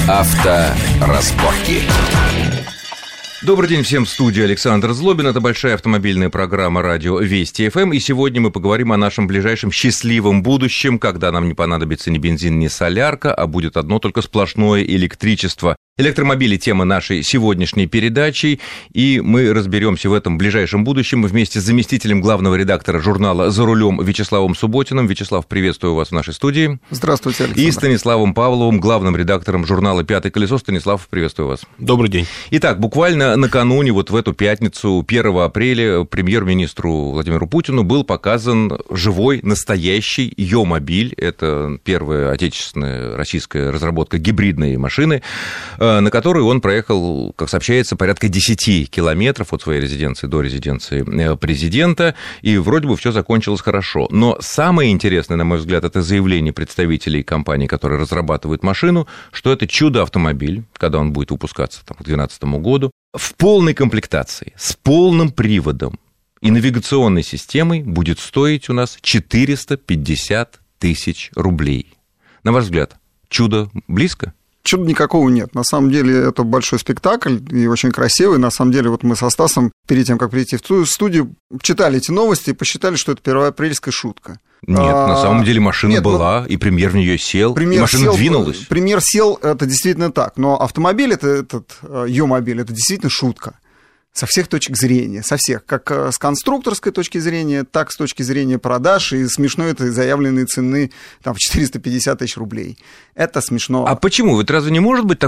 Авторазборки. Добрый день всем в студии. Александр Злобин. Это большая автомобильная программа радио Вести ФМ. И сегодня мы поговорим о нашем ближайшем счастливом будущем, когда нам не понадобится ни бензин, ни солярка, а будет одно только сплошное электричество. Электромобили – тема нашей сегодняшней передачи, и мы разберемся в этом ближайшем будущем вместе с заместителем главного редактора журнала «За рулем» Вячеславом Субботиным. Вячеслав, приветствую вас в нашей студии. Здравствуйте, Александр. И Станиславом Павловым, главным редактором журнала «Пятое колесо». Станислав, приветствую вас. Добрый день. Итак, буквально накануне, вот в эту пятницу, 1 апреля, премьер-министру Владимиру Путину был показан живой, настоящий Йо-мобиль. Это первая отечественная российская разработка гибридной машины, на которой он проехал, как сообщается, порядка 10 километров от своей резиденции до резиденции президента, и вроде бы все закончилось хорошо. Но самое интересное, на мой взгляд, это заявление представителей компании, которая разрабатывает машину, что это чудо-автомобиль, когда он будет выпускаться к 2012 году, в полной комплектации, с полным приводом и навигационной системой будет стоить у нас 450 тысяч рублей. На ваш взгляд, чудо близко? Чуда никакого нет. На самом деле это большой спектакль и очень красивый. На самом деле вот мы со Стасом перед тем, как прийти в студию, читали эти новости и посчитали, что это первоапрельская шутка. Нет, на самом деле машина была, и премьер в нее сел, и машина двинулась. Премьер сел, это действительно так. Но автомобиль, этот Йо-мобиль, это действительно шутка. Со всех точек зрения, со всех, как с конструкторской точки зрения, так с точки зрения продаж, и смешно это заявленные цены там, в 450 тысяч рублей. Это смешно. А почему? Вот разве не может быть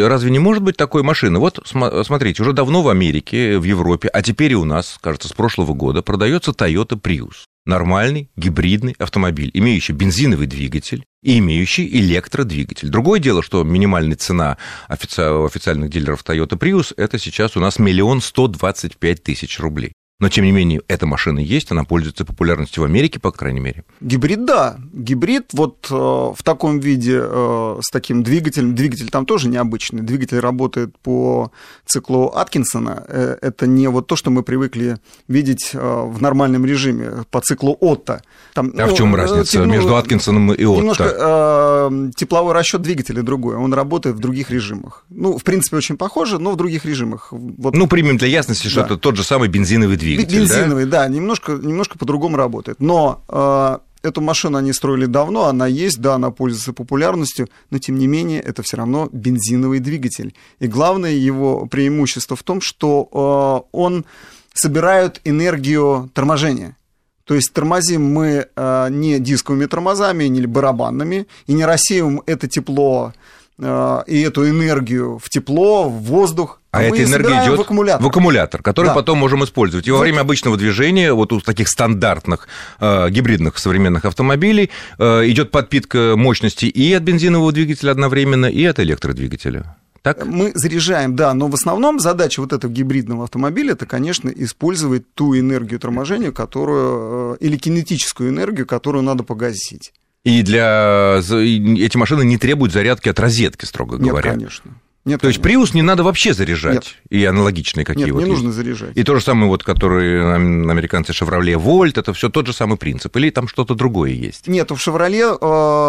такой машины? Вот смотрите, уже давно в Америке, в Европе, а теперь и у нас, кажется, с прошлого года продается Toyota Prius. Нормальный гибридный автомобиль, имеющий бензиновый двигатель и имеющий электродвигатель. Другое дело, что минимальная цена официальных дилеров Toyota Prius это сейчас у нас 1 125 000 рублей. Но, тем не менее, эта машина есть, она пользуется популярностью в Америке, по крайней мере. Гибрид, да. Гибрид вот в таком виде, с таким двигателем. Двигатель там тоже необычный. Двигатель работает по циклу Аткинсона. Это не вот то, что мы привыкли видеть в нормальном режиме, по циклу Отто. Там, в чем разница между Аткинсоном и Отто? Немножко тепловой расчет двигателя другой. Он работает в других режимах. Ну, в принципе, очень похоже, но в других режимах. Вот. Ну, примем для ясности, что это тот же самый бензиновый двигатель. Бензиновый, да, немножко по-другому работает. Но эту машину они строили давно, она есть, да, она пользуется популярностью, но, тем не менее, это все равно бензиновый двигатель. И главное его преимущество в том, что он собирает энергию торможения. То есть тормозим мы не дисковыми тормозами, не барабанными, и не рассеиваем это тепло и эту энергию в тепло, в воздух. А эта энергия идет в аккумулятор, который потом можем использовать. И во время обычного движения, вот у таких стандартных гибридных современных автомобилей, идет подпитка мощности и от бензинового двигателя одновременно, и от электродвигателя. Так? Мы заряжаем, да, но в основном задача вот этого гибридного автомобиля, это, конечно, использовать ту энергию торможения, или кинетическую энергию, которую надо погасить. И эти машины не требуют зарядки от розетки, строго говоря. Нет, конечно. Нет, то есть Prius не надо вообще заряжать? Нет. И аналогичные какие Нет, вот не есть? Нужно заряжать. И то же самое, вот, которые американцы Chevrolet Volt, это все тот же самый принцип? Или там что-то другое есть? Нет, в Chevrolet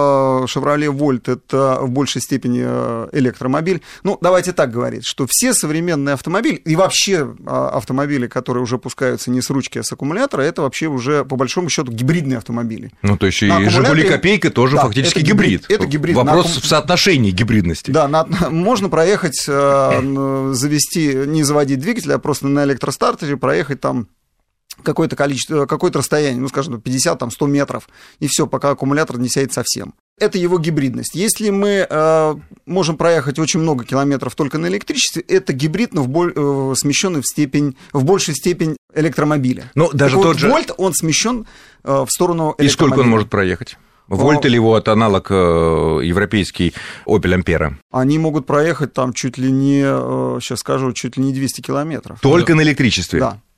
Volt это в большей степени электромобиль. Ну, давайте так говорить, что все современные автомобили, и вообще автомобили, которые уже пускаются не с ручки, а с аккумулятора, это вообще уже, по большому счету, гибридные автомобили. Ну, то есть и Жигули Копейка тоже фактически гибрид. Это гибрид. Вопрос в соотношении гибридности. Да, можно проехать, не заводить двигатель, а просто на электростартере проехать там какое-то количество, какое-то расстояние, ну, скажем, 50-100 метров, и все, пока аккумулятор не сядет совсем. Это его гибридность. Если мы можем проехать очень много километров только на электричестве, это гибрид, но смещенный в большей степень электромобиля. Но даже так тот же Вольт, он смещен в сторону электромобиля. И сколько он может проехать? Вольт или вот аналог европейский Opel Ampera? Они могут проехать там чуть ли не 200 километров. Только на электричестве? Да.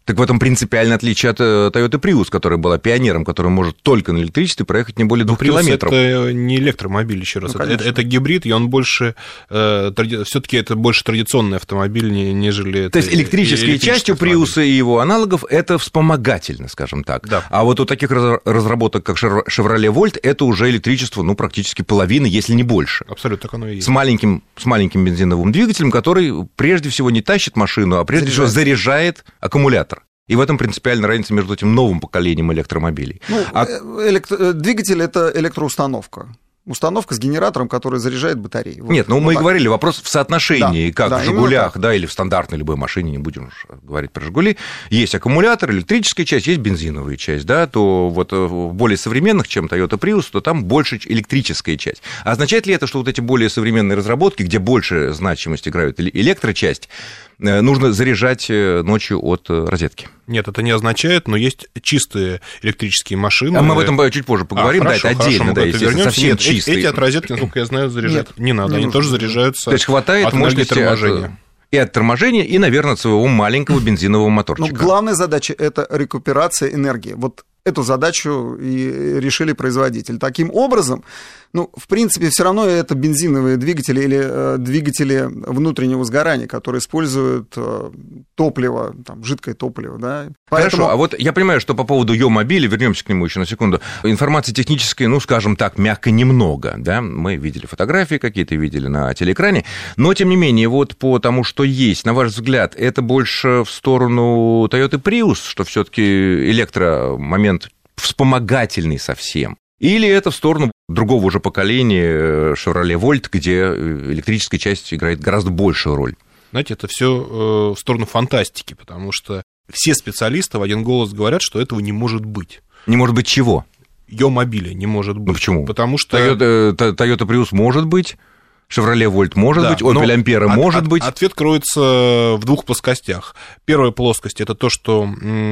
Так в этом принципиальное отличие от Toyota Prius, которая была пионером, которая может только на электричестве проехать не более 2 километров. Это не электромобиль, еще раз. Это гибрид, и он больше... Все-таки это больше традиционный автомобиль, нежели... То есть электрическая часть у Prius и его аналогов — это вспомогательно, скажем так. Да. А вот у таких разработок, как Chevrolet Volt, это уже электричество, ну, практически половина, если не больше. Абсолютно, так оно и есть. С маленьким бензиновым двигателем, который прежде всего не тащит машину, а прежде всего заряжает аккумулятор. И в этом принципиальная разница между этим новым поколением электромобилей. Двигатель — это электроустановка. Установка с генератором, который заряжает батареи. Нет, мы и говорили, вопрос в соотношении, как в «Жигулях», или в стандартной любой машине, не будем уж говорить про «Жигули». Есть аккумулятор, электрическая часть, есть бензиновая часть, то вот в более современных, чем Toyota Prius, то там больше электрическая часть. А означает ли это, что вот эти более современные разработки, где больше значимость играют электрочасть, нужно заряжать ночью от розетки? Нет, это не означает, но есть чистые электрические машины. А мы об этом чуть позже поговорим, хорошо, это отдельно, если совсем чистые. Эти от розетки, насколько я знаю, заряжать не надо, они тоже заряжаются. То есть хватает мощности торможения. И от торможения, и, наверное, от своего маленького бензинового моторчика. Главная задача — это рекуперация энергии. Вот эту задачу и решили производители. Таким образом, в принципе, все равно это бензиновые двигатели или двигатели внутреннего сгорания, которые используют топливо, жидкое топливо. Да? Хорошо, а вот я понимаю, что по поводу Yo-мобиля, вернемся к нему еще на секунду, информации технической, скажем так, мягко немного, да, мы видели фотографии какие-то, видели на телеэкране, но, тем не менее, вот по тому, что есть, на ваш взгляд, это больше в сторону Toyota Prius, что все-таки электромомент вспомогательный совсем, или это в сторону другого уже поколения Chevrolet Volt, где электрическая часть играет гораздо большую роль? Знаете, это все в сторону фантастики, потому что все специалисты в один голос говорят, что этого не может быть. Не может быть чего? Yo-мобиля не может быть. Почему? Потому что... Toyota Prius может быть, Chevrolet Volt может быть, Opel Ampera может быть. Ответ кроется в двух плоскостях. Первая плоскость — это то, что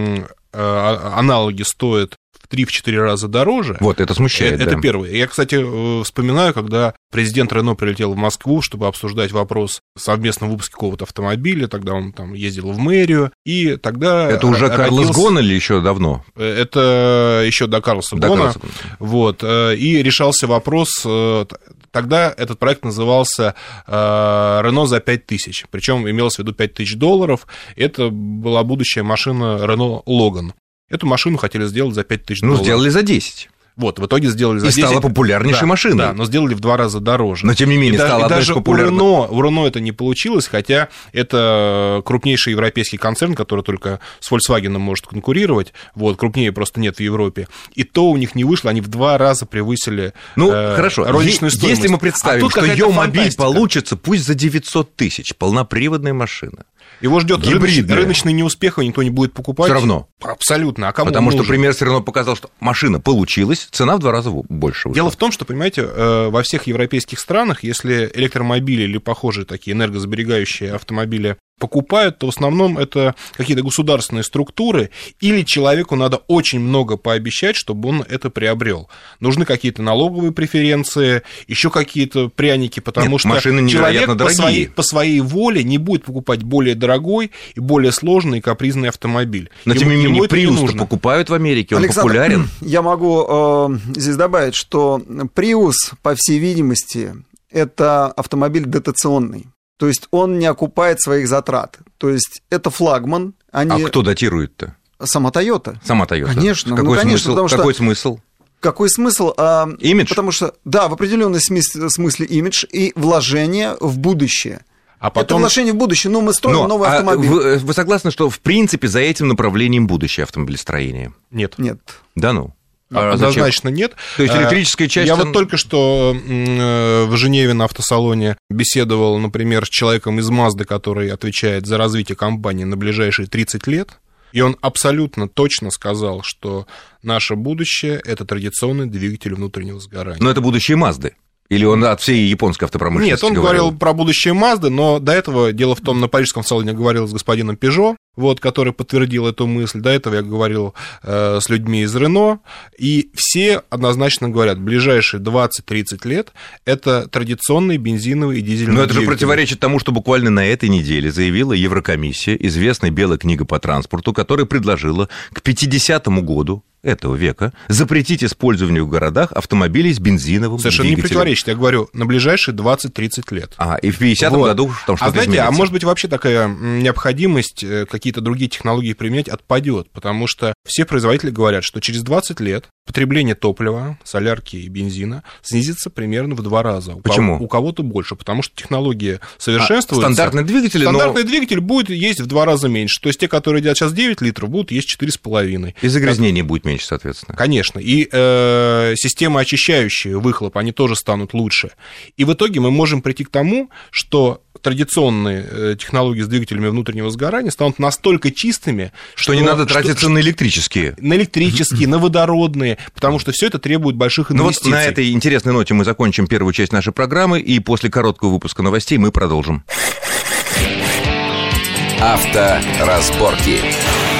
аналоги стоят в 3-4 раза дороже. Вот, это смущает, Это первое. Я, кстати, вспоминаю, когда президент Рено прилетел в Москву, чтобы обсуждать вопрос совместного выпуска какого-то автомобиля, тогда он там ездил в мэрию, и тогда... Это уже Карлос Гон или еще давно? Это еще до Карлоса Гона. Вот, и решался вопрос... Тогда этот проект назывался «Рено за 5000», причем имелось в виду $5000. Это была будущая машина Renault Logan. Эту машину хотели сделать за $5000. Сделали за 10. Вот, в итоге сделали за 10. И стала популярнейшей машиной. Да, но сделали в 2 раза дороже. Но, тем не менее, стала одной из популярных. У Renault это не получилось, хотя это крупнейший европейский концерн, который только с Volkswagen может конкурировать. Вот, крупнее просто нет в Европе. И то у них не вышло, они в 2 раза превысили хорошо. розничную стоимость. Если мы представим, что Yo-мобиль получится, пусть за 900 000, полноприводная машина. Его ждет рыночный неуспех, и никто не будет покупать. Все равно. Абсолютно. А кому Потому нужен? что пример все равно показал, что машина получилась, цена в 2 раза больше вышла. Дело в том, что, понимаете, во всех европейских странах, если электромобили или похожие такие энергосберегающие автомобили покупают, то в основном это какие-то государственные структуры, или человеку надо очень много пообещать, чтобы он это приобрел. Нужны какие-то налоговые преференции, еще какие-то пряники, потому что человек по своей воле не будет покупать более дорогой и более сложный и капризный автомобиль. Но тем не менее, Prius покупают в Америке, он Александр, популярен. Я могу здесь добавить, что Prius, по всей видимости, это автомобиль дотационный. То есть он не окупает своих затрат. То есть это флагман. А кто датирует-то? Сама Toyota. Сама Toyota. Конечно. Какой смысл? Какой смысл? Имидж? Потому что, в определенном смысле имидж и вложение в будущее. А потом... Это вложение в будущее, мы строим новый автомобиль. Вы согласны, что, в принципе, за этим направлением будущее автомобилестроения? Нет. Да ну? Однозначно нет. То есть электрическая часть... Я вот только что в Женеве на автосалоне беседовал, например, с человеком из Mazda, который отвечает за развитие компании на ближайшие 30 лет, и он абсолютно точно сказал, что наше будущее — это традиционный двигатель внутреннего сгорания. Но это будущее Mazda. Или он от всей японской автопромышленности говорил? Нет, он говорил про будущее Mazda, но до этого, дело в том, на парижском салоне говорил с господином Peugeot, вот, который подтвердил эту мысль. До этого я говорил с людьми из Renault, и все однозначно говорят, в ближайшие 20-30 лет это традиционные бензиновые и дизельные Но это же двигатели. противоречит тому, что буквально на этой неделе заявила Еврокомиссия, известная белая книга по транспорту, которая предложила к 50-му году этого века запретить использование в городах автомобилей с бензиновым Совершенно двигателем. не противоречит, я говорю, на ближайшие 20-30 лет. И в 50-м году там что-то знаете, изменится. может быть, вообще такая необходимость какие-то другие технологии применять отпадет, потому что все производители говорят, что через 20 лет потребление топлива, солярки и бензина снизится примерно в 2 раза. Почему? У кого-то больше, потому что технологии совершенствуются. Стандартный двигатель, Стандартный двигатель будет есть в 2 раза меньше. То есть те, которые едят сейчас 9 литров, будут есть 4,5. И загрязнение будет меньше, соответственно. Конечно. И системы, очищающие выхлоп, они тоже станут лучше. И в итоге мы можем прийти к тому, что традиционные технологии с двигателями внутреннего сгорания станут настолько чистыми, что не надо тратиться на электрические. На электрические, на водородные, потому что все это требует больших инвестиций. Ну вот на этой интересной ноте мы закончим первую часть нашей программы, и после короткого выпуска новостей мы продолжим. Авторазборки.